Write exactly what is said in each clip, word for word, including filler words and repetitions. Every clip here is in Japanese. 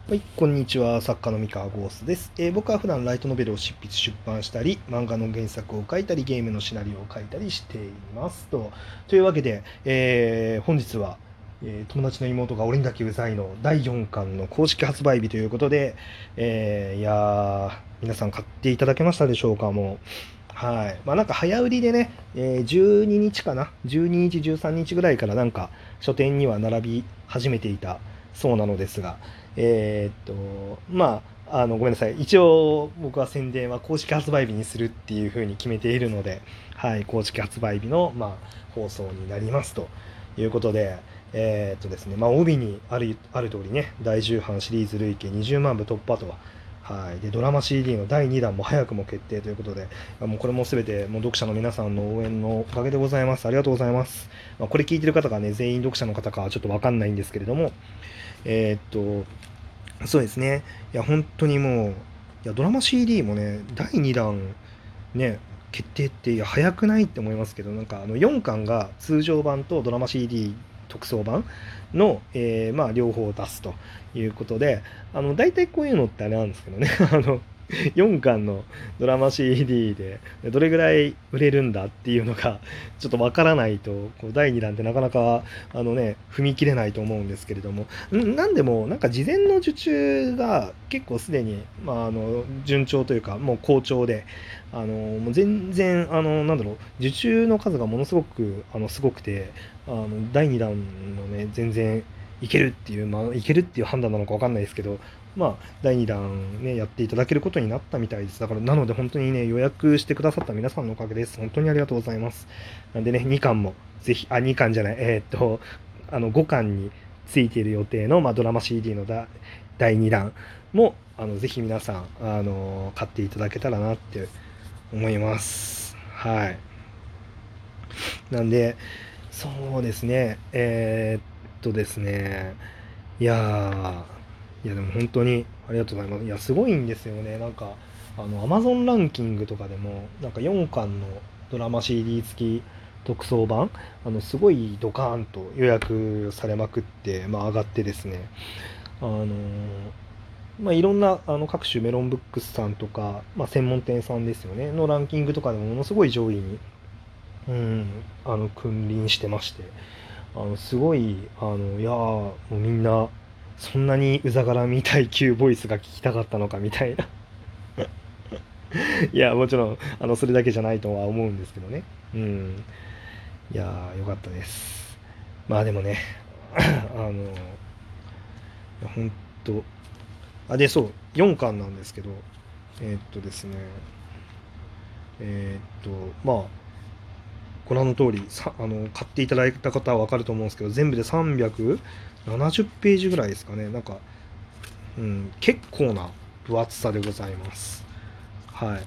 はい、こんにちは。作家の三河ゴーストです、えー僕は普段ライトノベルを執筆出版したり、漫画の原作を書いたり、ゲームのシナリオを書いたりしていますと。というわけで、えー本日は、えー友達の妹が俺にだけうざいのだいよんかんの公式発売日ということで、えーいやー、皆さん買っていただけましたでしょうか？もう。はい。まあなんか早売りでね、えーじゅうににちかな ?じゅうににち、じゅうさんにちぐらいからなんか書店には並び始めていたそうなのですが、えーっと、まあ、あの、ごめんなさい。一応、僕は宣伝は公式発売日にするっていう風に決めているので、はい、公式発売日の、まあ、放送になりますということで、えーっとですね、まあ、帯にある、ある通りね、だいじゅう版シリーズ累計にじゅうまん部突破と、はい。で、ドラマ シーディー のだいにだんも早くも決定ということで、もうこれも全てもう読者の皆さんの応援のおかげでございます。ありがとうございます。まあ、これ聞いてる方がね、全員読者の方かはちょっとわかんないんですけれども、えーっと、そうですね。いや、本当にもう、いや、ドラマ シーディー もね、だいにだんね、決定って、いや、早くないって思いますけど、なんかあのよんかんが通常版とドラマ シーディー 特装版の、えーまあ、両方を出すということで、あの、大体こういうのってあれなんですけどね、あの、よんかんのドラマ シーディー でどれぐらい売れるんだっていうのがちょっとわからないと、こうだいにだんってなかなかあのね、踏み切れないと思うんですけれども、んなんでもなんか事前の受注が結構すでに、まあ、あの順調というかもう好調で、あのもう全然あのなんだろう、受注の数がものすごくあのすごくて、あのだいにだんのね全然いけるっていう、まあ、いけるっていう判断なのかわかんないですけど、まあ、だいにだんね、やっていただけることになったみたいです。だから、なので本当にね、予約してくださった皆さんのおかげです。本当にありがとうございます。なんでね、にかんも、ぜひ、あ、にかんじゃない、えーっと、あの、ごかんについている予定の、まあ、ドラマ シーディー のだだいにだんも、あの、ぜひ皆さん、あの、買っていただけたらなって思います。はい。なんで、そうですね、えーっとですね、いやー、いやでも本当にありがとうございます。いや、すごいんですよね。なんか、あの、Amazon ランキングとかでも、なんかよんかんのドラマ シーディー 付き特装版、あの、すごいドカーンと予約されまくって、まあ上がってですね、あのーまあいろんな、あの、各種メロンブックスさんとか、まあ専門店さんですよね、のランキングとかでもものすごい上位に、うん、あの、君臨してまして、あの、すごい、あの、いやー、もうみんな、そんなにうざがらみ対級ボイスが聞きたかったのかみたいな。いや、もちろん、あの、それだけじゃないとは思うんですけどね。うん。いやー、よかったです。まあでもね、あの、ほんと、あ、で、そう、よんかんなんですけど、えーっとですね、えーっと、まあ、ご覧の通り、さあの、買っていただいた方はわかると思うんですけど、全部でさんびゃくななじゅうページぐらいですかね。なんか、うん、結構な分厚さでございます。はい。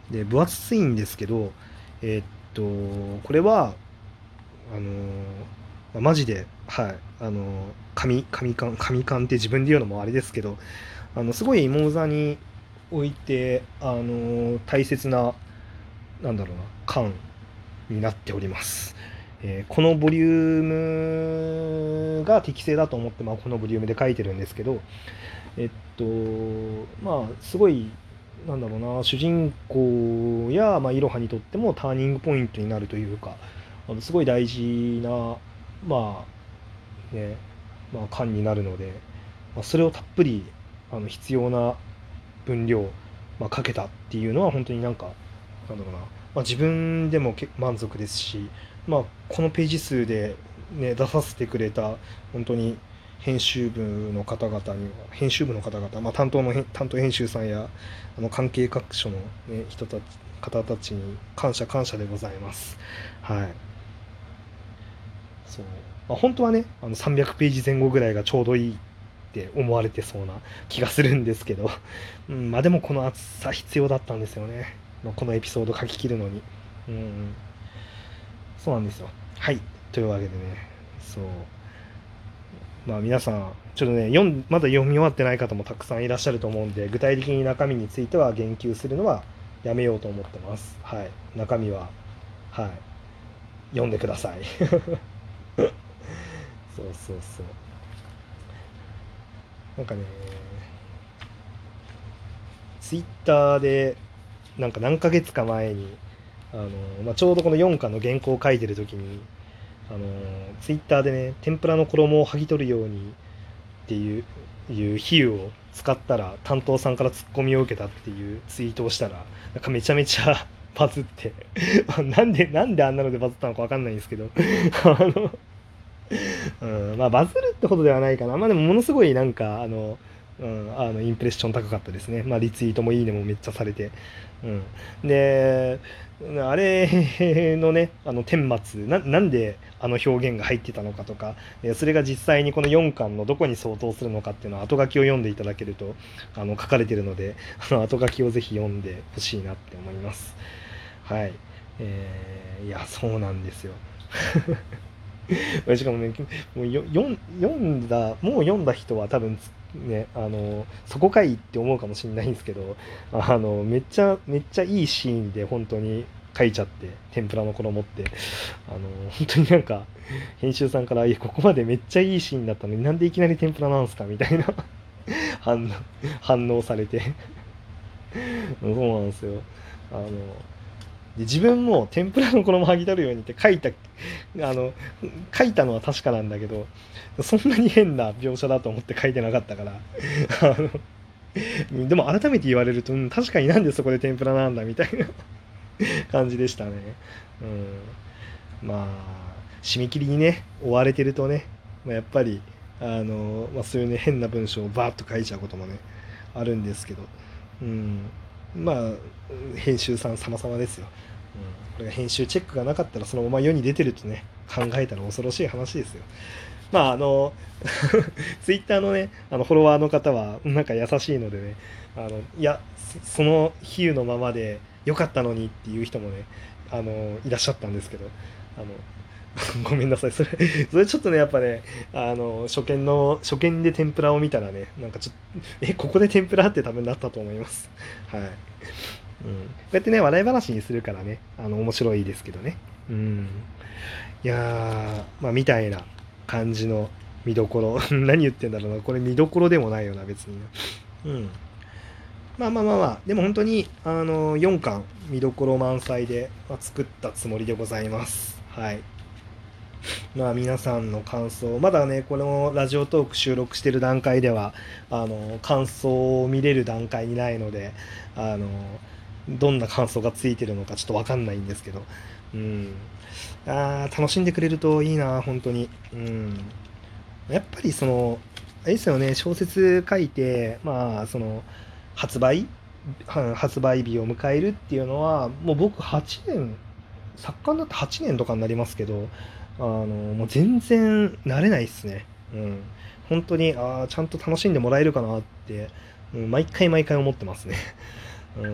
で、分厚いんですけど、えーっと、これは、あのーマジで、はい、あのー紙、紙缶、紙缶って自分で言うのもあれですけど、あの、すごいモーザに置いて、あのー大切な、なんだろうな、缶になっております。えーこのボリュームが適正だと思って、まあ、このボリュームで書いてるんですけど、えっと、まあ、すごい、なんだろうな、主人公や、まあ、イロハにとってもターニングポイントになるというか、あのすごい大事な、まあ、ね、まあ、巻になるので、まあ、それをたっぷり、あの、必要な分量、まあ、かけたっていうのは、本当になんか、なんだろうな、まあ、自分でもけ満足ですし、まあ、このページ数で、ね、出させてくれた、本当に編集部の方々には、編集部の方々、まあ、担当の編担当編集さんや、あの関係各所の、ね、人たち、方たちに感謝感謝でございます。はい。そう。まあ、本当はね、あのさんびゃくページ前後ぐらいがちょうどいいって思われてそうな気がするんですけど、うん、まあでもこの厚さ必要だったんですよね。まあこのエピソード書き切るのに。うん、そうなんですよ。はい。というわけでね、そう。まあ皆さん、ちょっとね、読んまだ読み終わってない方もたくさんいらっしゃると思うんで、具体的に中身については言及するのはやめようと思ってます。はい。中身は、はい。読んでください。そうそうそう。なんかね、 ツイッターでなんか何ヶ月か前にあの、まあ、ちょうどこのよんかんの原稿を書いてる時にあのツイッターでね天ぷらの衣を剥ぎ取るようにっていういう比喩を使ったら担当さんからツッコミを受けたっていうツイートをしたらなんかめちゃめちゃバズってなんでなんであんなのでバズったのか分かんないんですけどあの、うん、まあバズるってことではないかな。まあでもものすごいなんかあの、うん、あのインプレッション高かったですね。まあリツイートもいいねもめっちゃされて、うん、であれのねあの顛末な、なんであの表現が入ってたのかとか、それが実際にこのよんかんのどこに相当するのかっていうのは後書きを読んでいただけるとあの書かれてるので、あの後書きをぜひ読んでほしいなって思います。はい、えー、いやそうなんですよしかもねもうよ読ん読んだもう読んだ人は多分ねあのそこかいって思うかもしれないんですけど、あのめっちゃめっちゃいいシーンで本当に書いちゃって天ぷらの衣ってあの本当になんか編集さんから「いやここまでめっちゃいいシーンだったのになんでいきなり天ぷらなんすか」みたいな反応反応されてそうなんですよ。あので自分も天ぷらの衣剥ぎ取るようにって書いたあの書いたのは確かなんだけどそんなに変な描写だと思って書いてなかったからあのでも改めて言われると、うん、確かになんでそこで天ぷらなんだみたいな感じでしたね。うん、まあ締め切りにね追われてるとね、まあ、やっぱりあの、まあ、そういうね変な文章をバーッと書いちゃうこともねあるんですけど、うん、まあ編集さん様々ですよ。うん、これが編集チェックがなかったらそのまま世に出てるとね考えたら恐ろしい話ですよ。まああのツイッターのねあのフォロワーの方はなんか優しいのでねあのいやその比喩のままで良かったのにっていう人もねあのいらっしゃったんですけどあのごめんなさいそれそれちょっとねやっぱねあの初見の初見で天ぷらを見たらねなんかちょっとえここで天ぷらって多分なったと思います。はい、うん、こうやってね笑い話にするからねあの面白いですけどね。うん、いやーまあみたいな感じの見どころ何言ってんだろうなこれ見どころでもないよな別に。うん、まあまあまあまあでも本当にあのよんかん見どころ満載で、まあ、作ったつもりでございます。はい。まあ皆さんの感想まだねこのラジオトーク収録してる段階ではあの感想を見れる段階にないのであのどんな感想がついてるのかちょっと分かんないんですけど、うん、あ楽しんでくれるといいな本当に。うん、やっぱりそのあれですよね小説書いてまあその発売発売日を迎えるっていうのはもう僕はちねん作家になってはちねんとかになりますけどあのもう全然慣れないっすね。うん、本当にあちゃんと楽しんでもらえるかなって、うん、毎回毎回思ってますね。うん、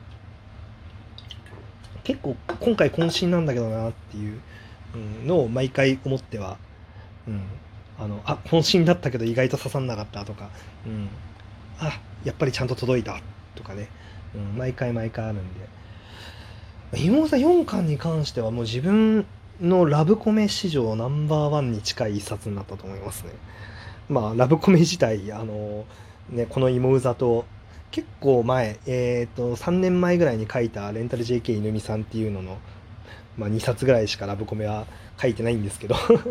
結構今回渾身なんだけどなっていうのを毎回思っては、うん、あのあ渾身だったけど意外と刺さんなかったとか、うん、あやっぱりちゃんと届いたとかね、うん、毎回毎回あるんで妹座よんかんに関してはもう自分のラブコメ史上ナンバーワンに近い一冊になったと思いますね。まあラブコメ自体あのねこの妹座と結構前えっ、ー、とさんねんまえぐらいに書いたレンタル ジェーケー 犬見さんっていうのの、まあ、にさつぐらいしかラブコメは書いてないんですけどそう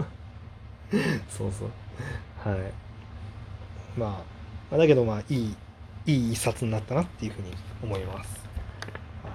そうはいまあだけどまあいいいい一冊になったなっていうふうに思います。はい、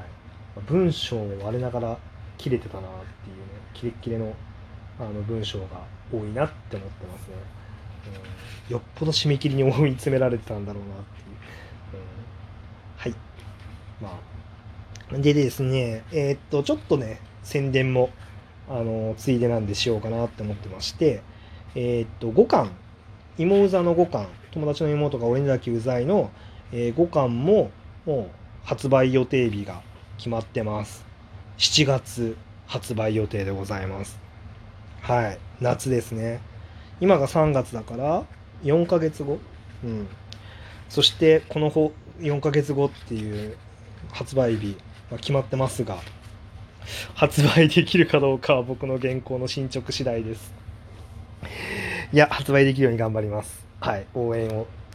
文章を我ながら切れてたなっていうねキレッキレのあの文章が多いなって思ってますね。うん、よっぽど締め切りに追い詰められてたんだろうなっていう。うん、はい。まあ。でですね、えー、っと、ちょっとね、宣伝も、あの、ついでなんでしようかなって思ってまして、えー、っと、ごかん、妹座のごかん、友達の妹が俺にだけうざいの、えー、ごかんも、もう発売予定日が決まってます。しちがつ発売予定でございます。はい。夏ですね。今がさんがつだからよんかげつご、うん、そしてこのよんかげつごっていう発売日が決まってますが発売できるかどうかは僕の原稿の進捗次第です。いや発売できるように頑張ります。はい応援を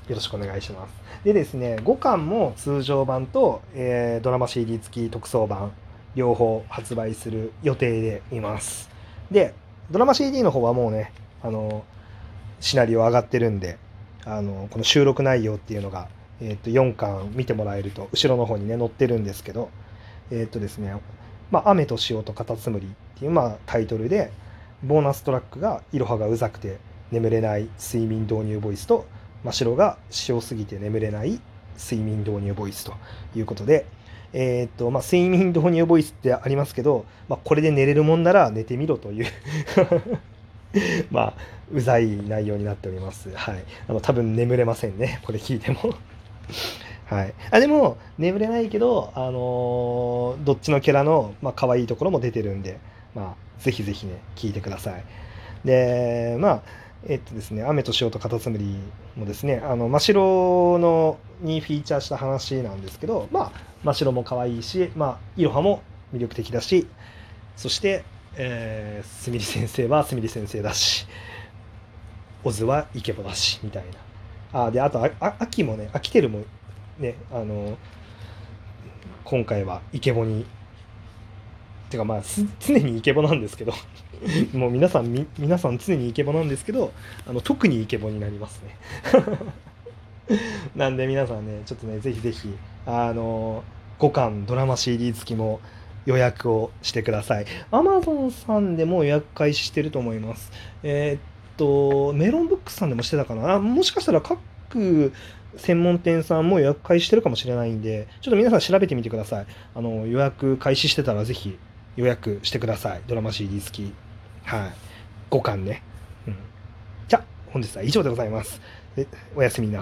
よろしくお願いします。でですね、ごかんも通常版と、えードラマ シーディー 付き特装版両方発売する予定でいます。で、ドラマ シーディー の方はもうね、あのシナリオ上がってるんで、あのこの収録内容っていうのが、えー、とよんかん見てもらえると後ろの方にね載ってるんですけど、えっ、とですね、まあ、雨と潮とカタツムリっていう、まあ、タイトルで、ボーナストラックがイロハがうざくて眠れない睡眠導入ボイスと、真白が潮すぎて眠れない睡眠導入ボイスということで、えっ、と、まあ、睡眠導入ボイスってありますけど、まあ、これで寝れるもんなら寝てみろというまあ、うざい内容になっております。はい。あの、多分眠れませんね。これ聞いてもはい。あ、でも、眠れないけど、あのーどっちのキャラの、まあ、可愛いところも出てるんで、まあ、ぜひぜひね、聞いてください。で、まあ、えっとですね、雨と潮とカタツムリもですね、あの、真白のにフィーチャーした話なんですけど、まあ、真白も可愛いし、まあ、イロハも魅力的だし、そして、えー、すみり先生はすみり先生だし、オズはイケボだし、みたいな。あ、で、あと、あ、あ秋もね、秋テルもね、あの、今回はイケボに、てかまあ、す常にイケボなんですけど、もう皆さん、み皆さん常にイケボなんですけど、あの、特にイケボになりますね。なんで皆さんね、ちょっとね、ぜひぜひ、あの、ごかんドラマ シーディー 付きも予約をしてください。Amazon さんでも予約開始してると思います。えーっと、メロンブックスさんでもしてたかな。あ、もしかしたら各専門店さんも予約開始してるかもしれないんで、ちょっと皆さん調べてみてください。あの、予約開始してたらぜひ予約してください。ドラマ シーディー 付き。はい。ごかんね。うん。じゃあ、本日は以上でございます。でおやすみな。